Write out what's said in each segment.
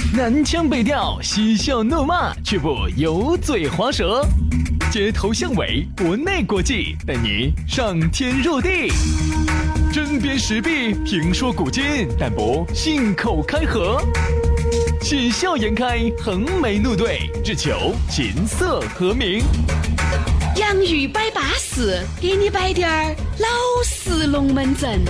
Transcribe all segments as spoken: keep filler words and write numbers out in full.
南腔北调，嬉笑怒骂，却不油嘴滑舌。街头巷尾，国内国际，带你上天入地。针砭时弊，评说古今，但不信口开河。喜笑颜开，横眉怒对，只求琴瑟和鸣。 洋芋摆巴士，给你摆点儿老式龙门阵。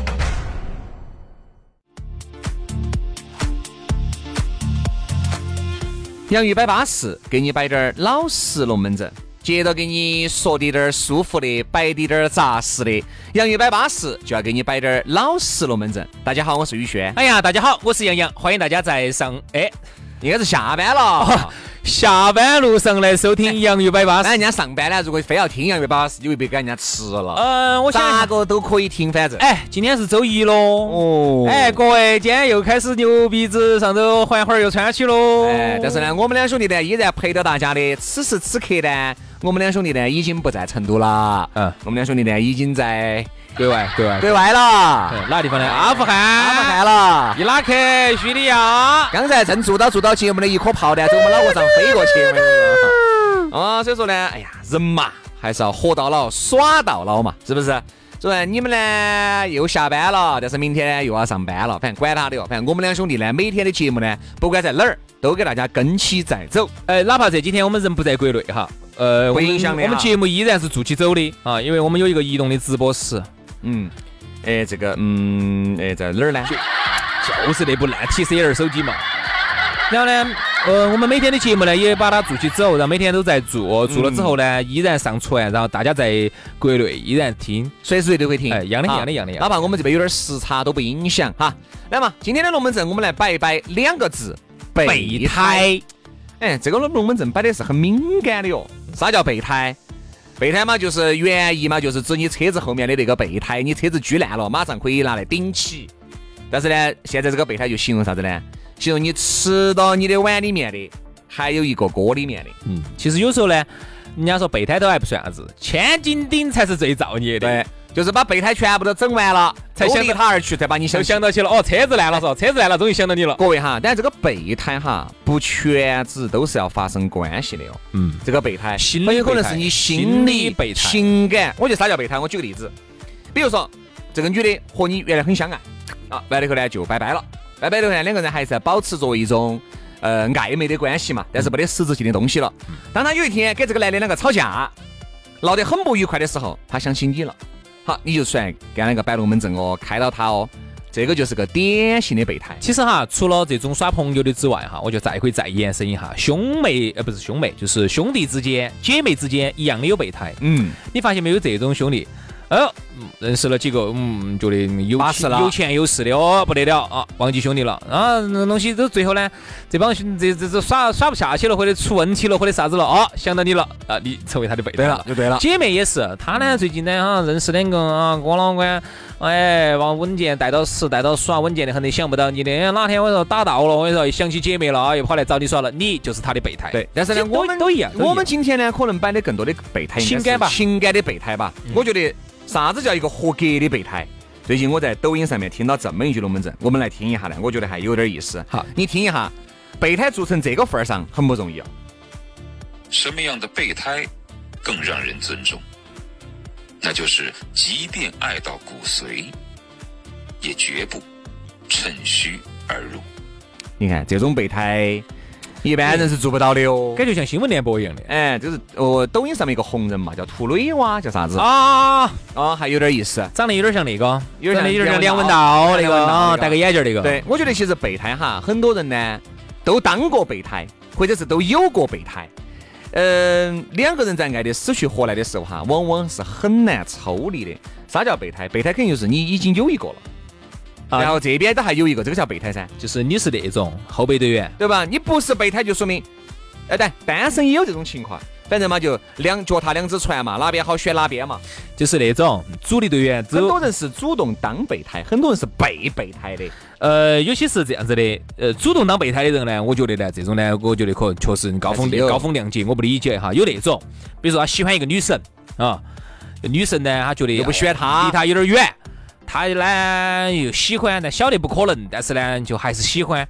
洋芋摆巴士，给你摆点儿老式龙门阵。接着给你说的点儿舒服的，摆的点儿扎实的。洋芋摆巴士就要给你摆点儿老式龙门阵。大家好，我是宇轩。 哎呀，大家好，我是杨洋，欢迎大家在上哎， 应该是下班了。 哦下班路上来收听洋芋摆巴士。 那人家上班呢，如果非要听洋芋摆巴士，就会被给人家吃了。 嗯、呃，我想哪个都可以听，反正。 哎，今天是周一喽。 哦。 哎，各位，今天又开始牛鼻子，上周缓缓又穿起喽。 哎，但是呢，我们两兄弟呢依然陪着大家的。此时此刻呢，我们两兄弟呢已经不在成都了。嗯，我们两兄弟呢已经在国外，国外， 国外了。 哪个地方呢？阿富汗， 阿富汗了。 伊拉克、叙利亚。 刚才正做到做到节目的一颗炮弹从我们脑壳上飞过去。啊、哦，所以说呢，哎呀，人嘛还是要活到老，耍到老嘛，是不是？所以你们呢又下班了，但是明天呢又要上班了，反正管他的哟。反正我们两兄弟呢，每天的节目呢，不管在哪儿，都给大家跟起在走。 哎，哪怕这几天我们人不在国内哈，呃， 会影响的。 我们节目依然是做起走的啊，因为我们有一个移动的直播室。 嗯，哎，这个，嗯，哎，在哪儿呢？ 就是那部烂 T C L 手机嘛。然后呢，呃，我们每天的节目呢也把它做起走，然后每天都在做，做了之后呢，依然上传，然后大家在国内依然听， 随时随地都会听， 哎，一样的，一样的，一样的， 哪怕我们这边有点时差都不影响哈。来嘛，今天的龙门阵我们来摆一摆两个字：备胎。哎，这个龙门阵摆的是很敏感的哟。啥叫备胎？备胎嘛，就是原意嘛，就是指你车子后面的那个备胎，你车子锯烂了，马上可以拿来顶起。但是呢，现在这个备胎就形容啥子呢？形容你吃到你的碗里面的，还有一个锅里面的。 嗯，其实有时候呢，人家说备胎都还不算啥子，千斤顶才是最造孽的。 对，就是把备胎全部都整完了，才想离他而去，才把你想想到起了。哦，车子烂了是吧？车子烂了，终于想到你了。 各位哈，但这个备胎哈，不全指都是要发生关系的哦。嗯，这个备胎，很有可能是你心理备胎、 情感。我觉得啥叫备胎？我举个例子，比如说这个女的和你原来很相爱啊，完了以后呢就拜拜了。拜拜的话，两个人还是要保持着一种呃暧昧的关系嘛，但是没得实质性的东西了。当他有一天跟这个男的两个吵架，闹得很不愉快的时候，他想起你了，好，你就出来跟那个摆龙门阵哦，开导他哦，这个就是个典型的备胎。 其实哈，除了这种耍朋友的之外哈，我觉得再可以再延伸一下，兄妹呃不是兄妹，就是兄弟之间、姐妹之间一样的有备胎。嗯，你发现没有这种兄弟？哦，认识了几个，嗯，觉得有有钱有势的哦，不得了啊，忘记兄弟了啊，那东西都最后呢，这帮兄这这这耍耍不下去了，或者出问题了，或者啥子了啊，想到你了啊，你成为他的备胎了， 就对了。 姐妹也是，他呢最近呢哈认识两个啊，郭老倌，哎，往稳健带到实，带到耍，稳健的很，想不到你的哪天我说打到了，我跟你说想起姐妹了啊，又跑来找你耍了，你就是他的备胎。 对，但是呢，我们都一样， 我们今天呢可能摆的更多的备胎， 情感吧， 情感的备胎吧，我觉得。啥子叫一个合格的备胎？最近我在抖音上面听到这么一句龙门阵，我们来听一下呢，我觉得还有点意思。 好， 你听一下，备胎做成这个份儿上很不容易啊。 什么样的备胎更让人尊重？那就是即便爱到骨髓，也绝不趁虚而入。 你看这种备胎。一般人是做不到的哟， 感觉像新闻联播一样的。 哎，就是哦，抖音上面一个红人嘛，叫兔女娃，叫啥子啊？ 啊，还有点意思， 长得有点像那个， 有点有点像梁文道那个啊，戴个眼镜那个。 对，我觉得其实备胎哈，很多人呢都当过备胎，或者是都有过备胎。嗯、呃，两个人在爱的死去活来的时候哈，往往是很难抽离的。啥叫备胎？备胎肯定就是你已经有一个了。然后这边都还有一个，这个叫备胎噻， 就是你是那种后备队员， 对吧？你不是备胎就说明，哎，对，单身也有这种情况，反正嘛就两脚踏两只船嘛，哪边好选哪边嘛， 就是那种主力队员。 很多人是主动当备胎，很多人是被备胎的。 呃，有些是这样子的，呃，主动当备胎的人呢，我觉得呢，这种呢，我觉得可能确实高风高风亮节，我不理解哈。有那种，比如说他喜欢一个女神啊，女神呢，他觉得又不喜欢他， 离他有点远。他呢又喜欢，但晓得不可能，但是呢就还是喜欢。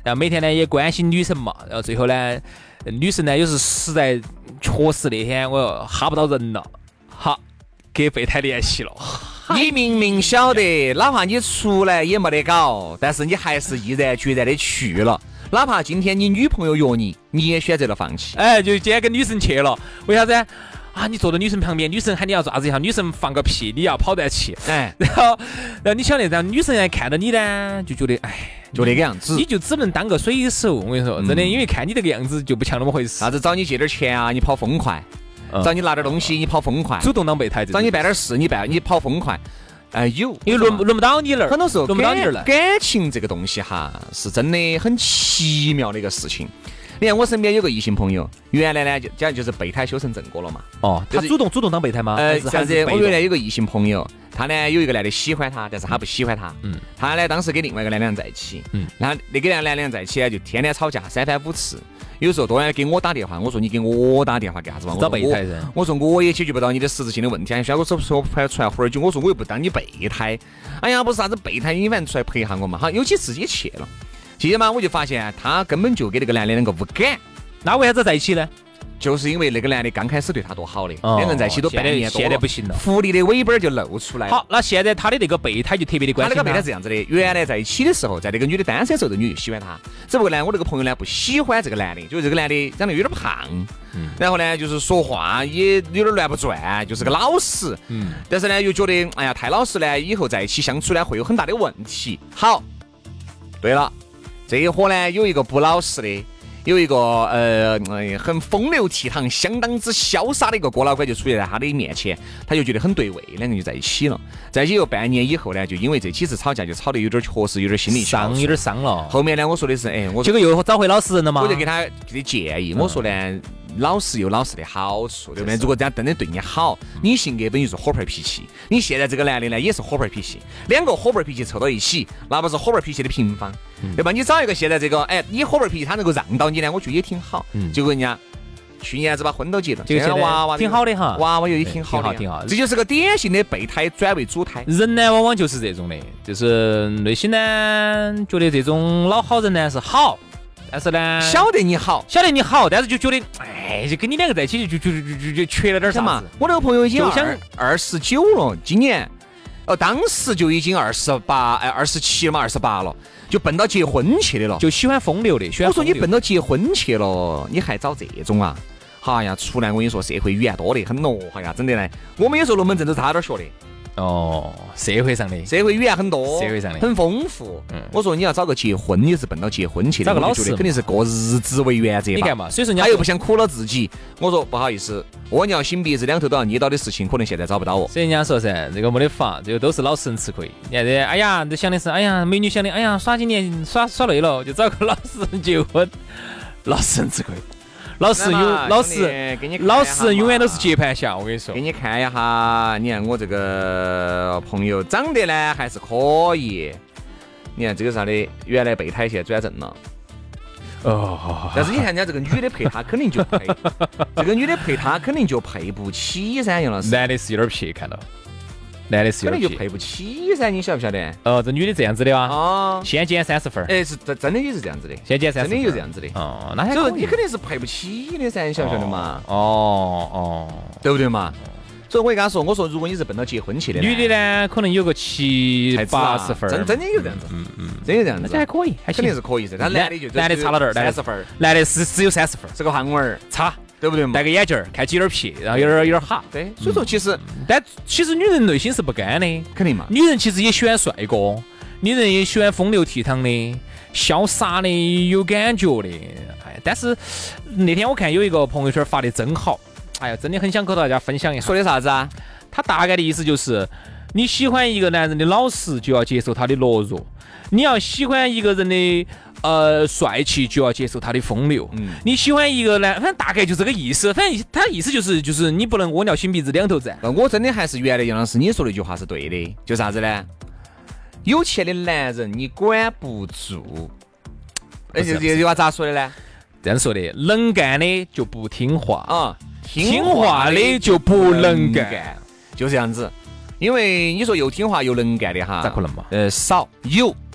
然后每天呢也关心女神嘛，然后最后呢，女神呢有时实在确实那天我哈不到人了，好给备胎联系了。 你明明晓得，哪怕你出来也没得搞，但是你还是毅然决然的去了。哪怕今天你女朋友约你，你也选择了放弃。 哎，就今天跟女神去了，为啥子？啊，你坐到女神旁边，女神喊你要爪子一下，女神放个屁，你要跑得去。哎，然后，然后你晓得，然后女神看到你呢，就觉得，哎， 就那个样子， 你就只能当个水手。我跟你说，真的，因为看你这个样子就不像那么回事。 啥子找你借点钱啊，你跑疯快。找你拿点东西，你跑疯快； 主动当备胎， 找你办点事，你办你跑疯快。哎、呃，有， 因为轮轮不到你那儿， 很多时候轮不到你那儿。 感情这个东西哈，是真的很奇妙的一个事情。你看我身边有个异性朋友，原来呢就讲就是备胎修成正果了嘛。 哦，他主动主动当备胎吗？ 呃，这样子，我原来有个异性朋友，他呢有一个男的喜欢他，但是他不喜欢他。嗯。他呢当时跟另外一个男的在一起。嗯。然后那个男的在一起呢，就天天吵架，三番五次。有时候多人给我打电话，我说你给我打电话干啥子嘛？ 找备胎噻。 我说我也解决不到你的实质性的问题，需要我说说出来出来喝点酒。我说我又不当你备胎。哎呀，不是啥子备胎，你反正出来陪下我嘛。好，有几次也去了，去嘛我就发现他根本就给那个男的那个不敢。 那为啥子在一起呢？ 就是因为那个男的刚开始对他多好的，两、哦、个人在一起都半年多了， 现在不行了， 狐狸的尾巴就露出来了。 好，那现在他的那个备胎就特别的关心他。 他那个备胎是这样子的，原来在一起的时候，在那个女的单身的时候，这女的喜欢他，只不过呢，我那个朋友呢不喜欢这个男的，就是这个男的长得有点胖，嗯，然后呢就是说话也有点乱不转，就是个老实，嗯，但是呢又觉得哎呀太老实呢，以后在一起相处呢会有很大的问题。好，对了，这一伙呢有一个不老实的。有一个呃很风流倜傥、相当之潇洒的一个哥老倌就出现在他的面前，他就觉得很对味，两个人就在一起了。在一起有半年以后呢，就因为这几次吵架，就吵得有点确实有点心理伤，有点伤了。 后面呢，我说的是，哎，我这个又找回老实人了吗？ 我就给他给建议，我说呢，老实有老实的好处，对不对？如果这样真的对你好，你性格本就是火盆脾气，你现在这个男的呢也是火盆脾气，两个火盆脾气凑到一起，那不是火盆脾气的平方，对吧？你找一个现在这个，哎，你火盆脾气他能够让到你呢，我觉得也挺好。嗯，结果人家去年子把婚都结了， 这个娃娃挺好的哈，娃娃又也挺好的， 挺好， 这就是个典型的备胎转为主胎。 人呢，往往就是这种的，就是内心呢觉得这种老好人呢是好。但是呢， 晓得你好， 晓得你好，但是就觉得，哎，就跟你两个在一起就就就就就就缺了点啥嘛。 我那个朋友已经二二十九了，今年，哦，当时就已经二十八，哎，二十七了嘛，二十八了，就奔到结婚去的了， 就喜欢风流的。喜欢我说你奔到结婚去了，你还找这种啊？好呀，出来我跟你说，社会语言多得很咯，好呀，真的呢。我们有时候龙门阵都是他这儿学的。 哦，社会上的社会语言很多， 社会上的很丰富。嗯，我说你要找个结婚，你是奔到结婚去的， 找个老实， 肯定是过日子为原则吧。 你看嘛，所以说他又不想苦了自己。我说不好意思，蜗鸟心鼻子两头都要捏到的事情，可能现在找不到我。 所以人家说噻，这个没得法，这个都是老实人吃亏。你看这，哎呀，都想的是，哎呀，美女想的，哎呀，耍几年耍耍累了，就找个老实人结婚，老实人吃亏。老实有老实，老实人永远都是接盘侠。我跟你说， 给你看一下，你看我这个朋友长得呢还是可以。你看这个啥的，原来备胎现在转正了。哦，但是你看人家这个女的配他肯定就配，这个女的配他肯定就配不起噻，杨老师。 男的是有点撇，看到。男的是有点撇，肯定就配不起噻，你晓不晓得？ 哦，这女的这样子的哇。哦。先减三十分。 哎，是真真的也是这样子的。 先减三十分。 真的有这样子的。 哦，那还所以你肯定是配不起的噻，你晓不晓得嘛？ 哦哦， 对不对嘛？所以我跟他说，我说如果你是奔到结婚去的， 女的呢可能有个七八十分， 真真的有这样子，嗯嗯，真有这样子， 那还可以，还肯定是可以噻。他男的就男的差了点， 三十分， 男的是只有三十分， 是个憨娃儿， 差。 对不对嘛？ 戴个眼镜儿，看起有点撇，然后有点有点哈。 对，所以说其实， 但其实女人内心是不甘的， 肯定嘛。 女人其实也喜欢帅哥，女人也喜欢风流倜傥的、潇洒的、有感觉的。哎，但是那天我看有一个朋友圈发的真好，哎呀，真的很想跟大家分享一下。 说的啥子啊？ 他大概的意思就是，你喜欢一个男人的老实，就要接受他的懦弱；你要喜欢一个人的。呃，帅气就要接受他的风流。嗯，你喜欢一个呢，反正大概就这个意思。反正他意思就是，就是你不能蜗鸟心鼻子两头站。 我真的还是原来杨老师你说的一句话是对的，就啥子呢？有钱的男人你管不住。哎，这这句话咋说的呢？ 这样说的，能干的就不听话啊， 听话的就不能干， 就这样子。因为你说又听话又能干的哈， 咋可能嘛？ 呃，少有。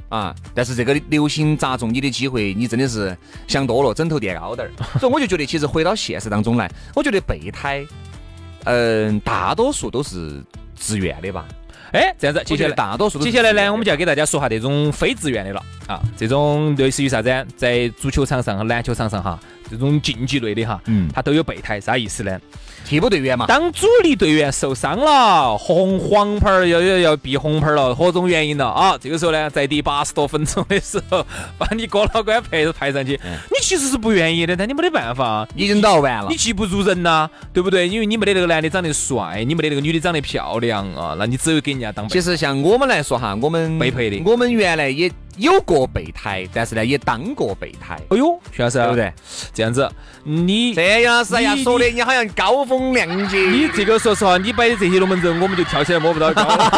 啊，但是这个流星砸中你的机会，你真的是想多了，枕头垫高点儿。所以我就觉得，其实回到现实当中来，我觉得备胎，嗯，大多数都是自愿的吧。 哎，这样子，接下来大多数接下来呢，我们就要给大家说下这种非自愿的了啊，这种类似于啥子，在足球场上和篮球场上哈，这种竞技类的哈，嗯，它都有备胎，啥意思呢？ 替补队员嘛， 当主力队员受伤了，红黄牌要要要避红牌了，何种原因了啊？这个时候呢，在第八十多分钟的时候，把你哥老倌派派上去，嗯、你其实是不愿意的，但你没得办法， 已经打完了， 你记不住人呐、啊，对不对？因为你没得那个男的长得帅，你没得那个女的长得漂亮啊，那你只有给人家当备胎。 其实像我们来说哈，我们备配的， 我们原来也有过备胎，但是呢，也当过备胎。 哎呦，徐老师， 对不对？ 这样子，你这样是呀，说的你好像高风亮节。 你这个说实话，你摆的这些龙门阵，我们就跳起来摸不到高了。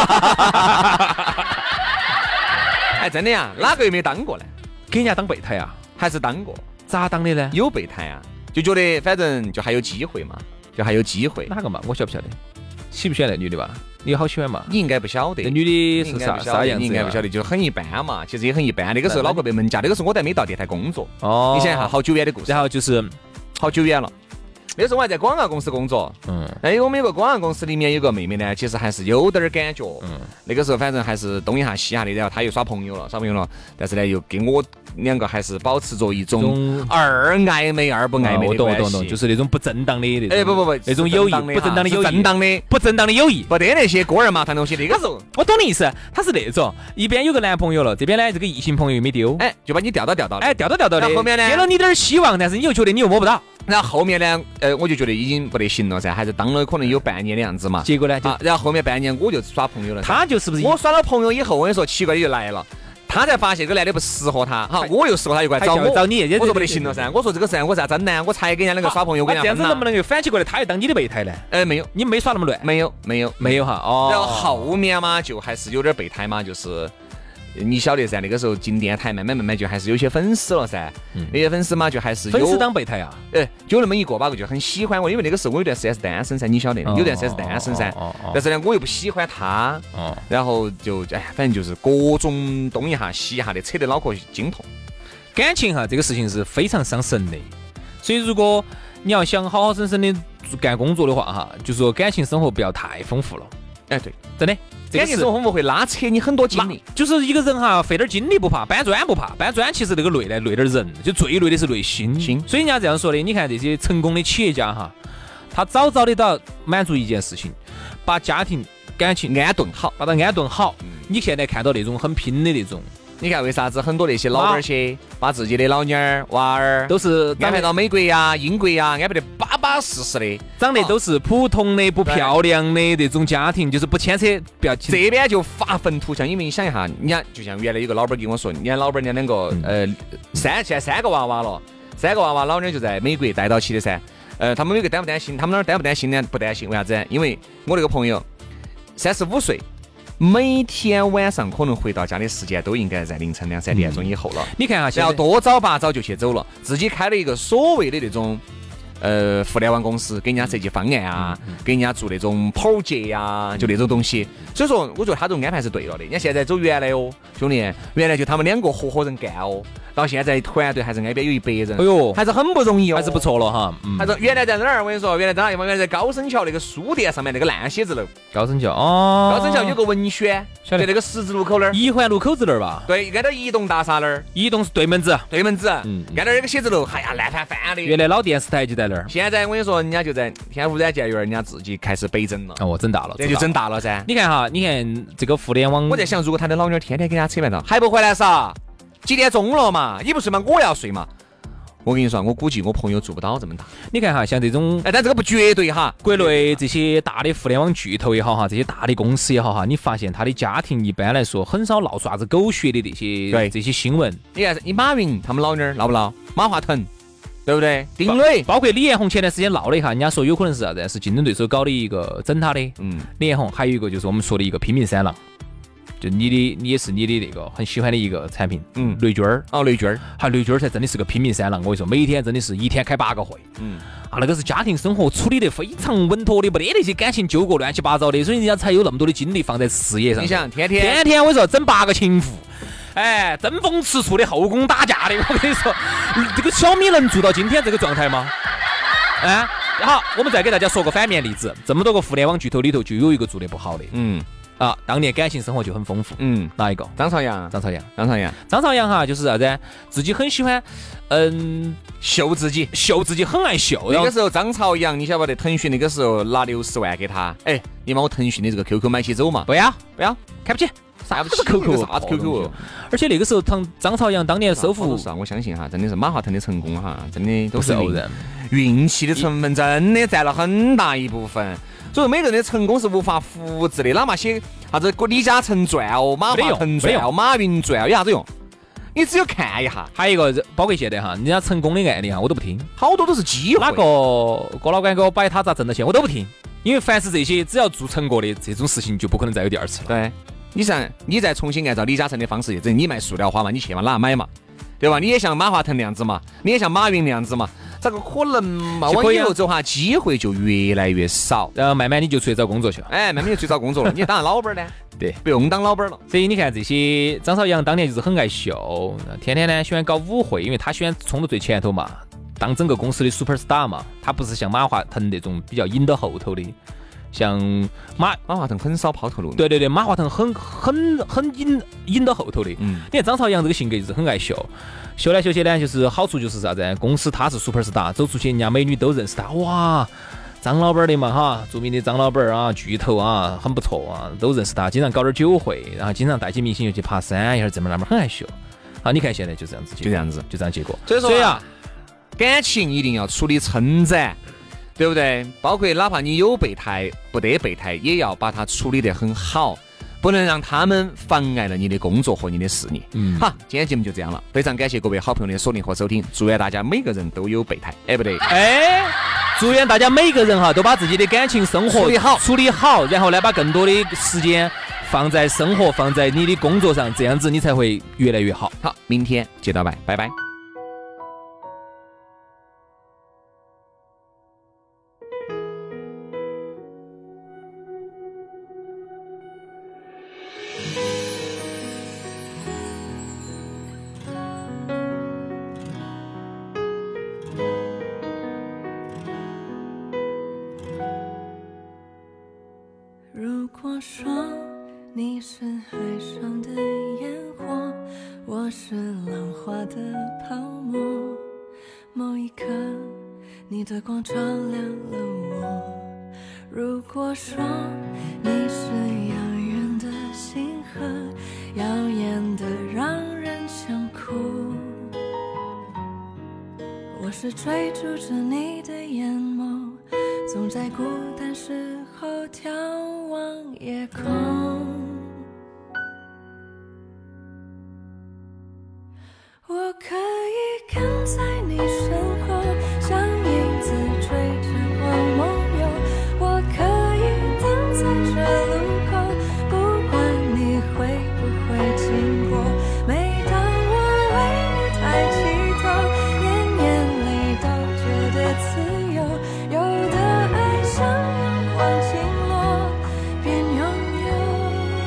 哎，真的呀，哪个又没当过呢？ 给人家当备胎啊？ 还是当过？ 咋当的呢？ 有备胎啊，就觉得反正就还有机会嘛，就还有机会。 哪个嘛？我晓不晓得？喜不喜欢那女的吧？你好喜欢嘛？ 你应该不晓得。 那女的是啥啥样子？ 你应该不晓得，就很一般嘛。其实也很一般。那个时候脑壳被门架，那个时候我在没到电台工作。 哦。 你想一下，好久远的故事。 然后就是好久远了。那时候我还在广告公司工作，嗯，哎，我们有个广告公司里面有个妹妹呢，其实还是有点感觉，嗯，那个时候反正还是东一下西一下的，然后她又耍朋友了，耍朋友了，但是呢又跟我两个还是保持着一种二暧昧二不暧昧的关系， 我懂我懂懂，就是那种不正当的那种， 哎不不不， 那种友谊，不正当的友谊， 正当的不正当的友谊， 不得那些锅儿麻糖东西。那个时候我懂你意思，他是那种一边有个男朋友了，这边呢这个异性朋友又没丢， 哎，就把你钓到钓到， 哎，钓到钓到的， 后面呢给了你点希望，但是你又觉得你又摸不到。 然后后面呢，呃，我就觉得已经不得行了噻，还是当了可能有半年的样子嘛。 结果呢，就、 啊、然后后面半年我就耍朋友了。 他就是不是我耍了朋友以后，我跟你说，奇怪的就来了。他才发现这个男的不适合他，好，我又适合他，又过来找我， 找你。 我说不得行了噻，我说这个噻，我啥真难，我才跟人家两个耍朋友，我跟人家这样子能不能又反起过来，他又当你的备胎呢？ 呃，没有， 你没耍那么乱， 没有，没有， 没有哈。哦。 然后后面嘛，就还是有点备胎嘛，就是。你晓得噻，那个时候进电台慢慢慢慢就还是有些粉丝了噻，嗯、那些粉丝嘛就还是有粉丝当备胎啊， 哎，就那么一个吧，就很喜欢我，因为那个时候我有段时间是单身噻，你晓得，哦、有段时间是单身噻，哦哦、但是呢我又不喜欢他，哦、然后就哎，反正就是各种东一下西一下的，扯得脑壳筋痛。 感情哈，这个事情是非常伤神的，所以如果你要想好好生生的干工作的话哈，就说感情生活不要太丰富了。 哎，对， 真的。 感情生活会拉扯你很多精力， 就是一个人哈，费点精力不怕，搬砖不怕，搬砖其实那个累呢，累点人，就最累的是累心。 心， 所以人家这样说的，你看这些成功的企业家哈，他早早的到满足一件事情，把家庭感情安顿好， 把它安顿好。嗯、你现在看到那种很拼的那种。 你看为啥子很多那些老板些把自己的老妞儿、娃儿都是安排到美国呀、英国呀，安排得巴巴适适的， 长得都是普通的、不漂亮的那种家庭，就是不牵扯，不要牵扯。 这边就发愤图强，因为你想一下，你看，就像原来有个老板跟我说，你看老板娘两个，呃，三现在三个娃娃了，三个娃娃，老妞就在美国带到起的噻。呃，他们美国担不担心？他们那儿担不担心呢？不担心，为啥子？因为我那个朋友三十五岁。每天晚上可能回到家的时间都应该在凌晨两三点钟以后了。 嗯、你看哈， 然后多早八早就去走了，自己开了一个所谓的那种呃互联网公司，给人家设计方案啊，嗯嗯、给人家做那种跑节啊，就那种东西。所以说，我觉得他这种安排是对了的。人家现在走原来哦，兄弟，原来就他们两个合伙人干哦，到现在团队还是那边有一百人， 哎呦， 还是很不容易哦， 还是不错了哈。 嗯、还是原来在哪儿？我跟你说，原来在哪地方？原来在高升桥那个书店上面那个烂写字楼。 高升桥哦， 高升桥有个文轩，在那个十字路口那儿， 一环路口子那儿吧？ 对，挨到移动大厦那儿， 移动是对门子， 对门子，嗯，挨到那个写字楼，哎呀，烂翻翻的。 原来老电视台就在那儿， 现在我跟你说，人家就在天府软件园，人家自己开始北整了。 哦，整大了， 这就整大了噻。 你看哈，你看这个互联网， 我在想，如果他的老妞天天跟他扯完了，还不回来噻？几点钟了嘛？你不睡嘛？我要睡嘛？我跟你说，我估计我朋友做不到这么大。 你看哈，像这种， 哎，但这个不绝对哈。 国内这些大的互联网巨头也好哈，这些大的公司也好哈，你发现他的家庭一般来说很少闹啥子狗血的这些对这些新闻。 你看，你马云他们老妞闹不闹？马化腾，对不对？丁磊， 包括李彦宏前段时间闹了一下，人家说有可能是啥子？是竞争对手搞的一个整他的。嗯，李彦宏还有一个就是我们说的一个拼命三郎。就你的，你也是你的那个很喜欢的一个产品，嗯，雷军儿哦，雷军儿， 还雷军儿才真的是个拼命三郎。我跟你说，每天真的是一天开八个会，嗯，啊，那个是家庭生活处理得非常稳妥的，没得那些感情纠葛乱七八糟的，所以人家才有那么多的精力放在事业上。 你想，天天天天我说整八个情妇， 哎，争风吃醋的后宫打架的，我跟你说，这个小米能做到今天这个状态吗？啊，好，我们再给大家说个反面例子，这么多个互联网巨头里头就有一个做得不好的， 嗯。 啊，当年感情生活就很丰富。 嗯， 哪一个？ 张朝阳， 张朝阳， 张朝阳， 张朝阳哈，就是啥子？自己很喜欢，嗯， 秀自己， 秀自己，很爱秀。 那个时候，张朝阳，你晓不得？腾讯那个时候拿六十万给他，哎，你把我腾讯的这个 Q Q 买起走嘛？ 不要， 不要， 看不起。 啥子 Q Q？ 啥子 Q Q？ 而且那个时候，张张朝阳当年收服， 是啊，我相信哈，真的是马化腾的成功哈，真的都是偶然， 运气的成分真的占了很大一部分。所以每个人的成功是无法复制的，哪怕写啥子李嘉诚传哦、马化腾传哦、马云传哦，有啥子用？你只有看一下。 还有一个，包括现在哈，人家成功的案例哈，我都不听， 好多都是机会。 哪个郭老倌给我摆他咋挣到钱，我都不听，因为凡是这些只要做成过的这种事情，就不可能再有第二次了。 对，你想，你再重新按照李嘉诚的方式去整，你卖塑料花嘛，你去嘛哪买嘛？对吧？你也像马化腾那样子嘛，你也像马云那样子嘛，这个可能嘛？往以后走哈，机会就越来越少， 然后慢慢你就出去找工作去了。 哎，慢慢就出去找工作了。你当老板呢？ 对， 不用当老板了。 所以你看这些张朝阳当年就是很爱秀，天天呢喜欢搞舞会，因为他喜欢冲到最前头嘛，当整个公司的 super star 嘛。他不是像马化腾那种比较引到后头的。像马马化腾很少抛头露面， 对对对，马化腾很很很引引到后头的。嗯，你看张朝阳这个性格就是很爱秀，秀来秀去呢，就是好处就是啥子？公司他是 super star， 走出去人家美女都认识他，哇，张老板的嘛哈，著名的张老板啊，巨头啊，很不错啊，都认识他，经常搞点酒会，然后经常带起明星又去爬山，一会儿这么那么很爱秀。啊，你看现在就这样子， 就这样子， 就这样结果。 所以说，所以啊，感情一定要处理称赞。对不对？包括哪怕你有备胎，不得备胎，也要把它处理得很好，不能让他们妨碍了你的工作和你的事业。嗯，好，今天节目就这样了，非常感谢各位好朋友的锁定和收听，祝愿大家每个人都有备胎，哎不对， 哎，祝愿大家每个人哈都把自己的感情生活处理好， 处理好，然后呢把更多的时间放在生活，放在你的工作上，这样子你才会越来越好。 好，明天接到拜，拜拜。 如果说你是海上的烟火，我是浪花的泡沫，某一刻你的光照亮了我。如果说你是遥远的星河，耀眼的让人想哭，我是追逐着你的眼眸，总在孤单时候眺望夜空。我可以跟在你身后，像影子追着我梦游。我可以等在这路口，不管你会不会经过。每当我为你抬起头，连眼泪都觉得自由。有的爱像阳光倾落，便拥有。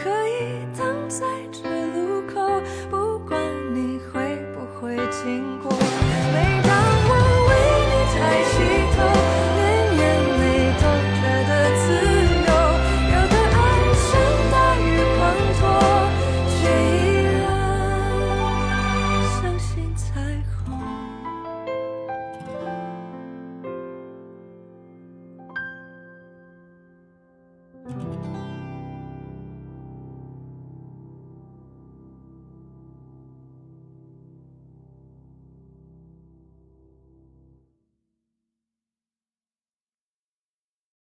可以等在这路口，不管你会不会经过。